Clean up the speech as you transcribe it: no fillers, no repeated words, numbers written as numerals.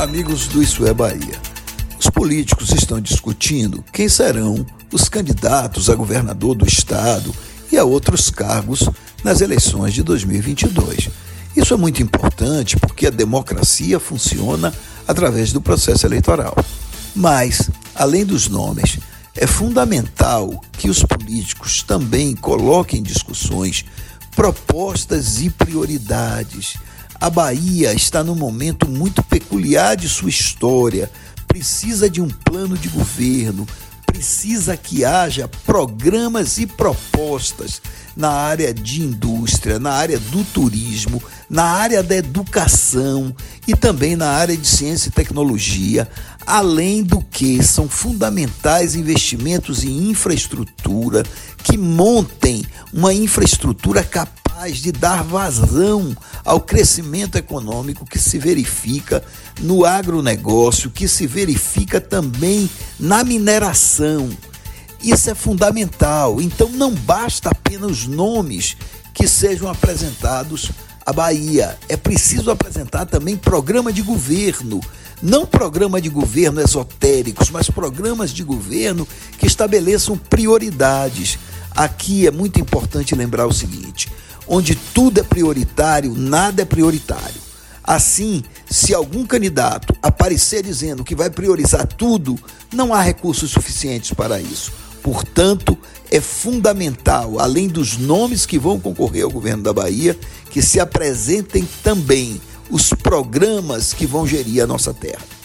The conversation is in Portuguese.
Amigos do Isso é Bahia, os políticos estão discutindo quem serão os candidatos a governador do estado e a outros cargos nas eleições de 2022. Isso é muito importante porque a democracia funciona através do processo eleitoral. Mas, além dos nomes, é fundamental que os políticos também coloquem em discussões propostas e prioridades. A Bahia está num momento muito peculiar de sua história, precisa de um plano de governo, precisa que haja programas e propostas na área de indústria, na área do turismo, na área da educação e também na área de ciência e tecnologia, além do que são fundamentais investimentos em infraestrutura que montem uma infraestrutura capaz de dar vazão ao crescimento econômico que se verifica no agronegócio, que se verifica também na mineração. Isso é fundamental. Então não basta apenas os nomes que sejam apresentados à Bahia. É preciso apresentar também programa de governo. Não programa de governo esotéricos, mas programas de governo que estabeleçam prioridades. Aqui é muito importante lembrar o seguinte: onde tudo é prioritário, nada é prioritário. Assim, se algum candidato aparecer dizendo que vai priorizar tudo, não há recursos suficientes para isso. Portanto, é fundamental, além dos nomes que vão concorrer ao governo da Bahia, que se apresentem também os programas que vão gerir a nossa terra.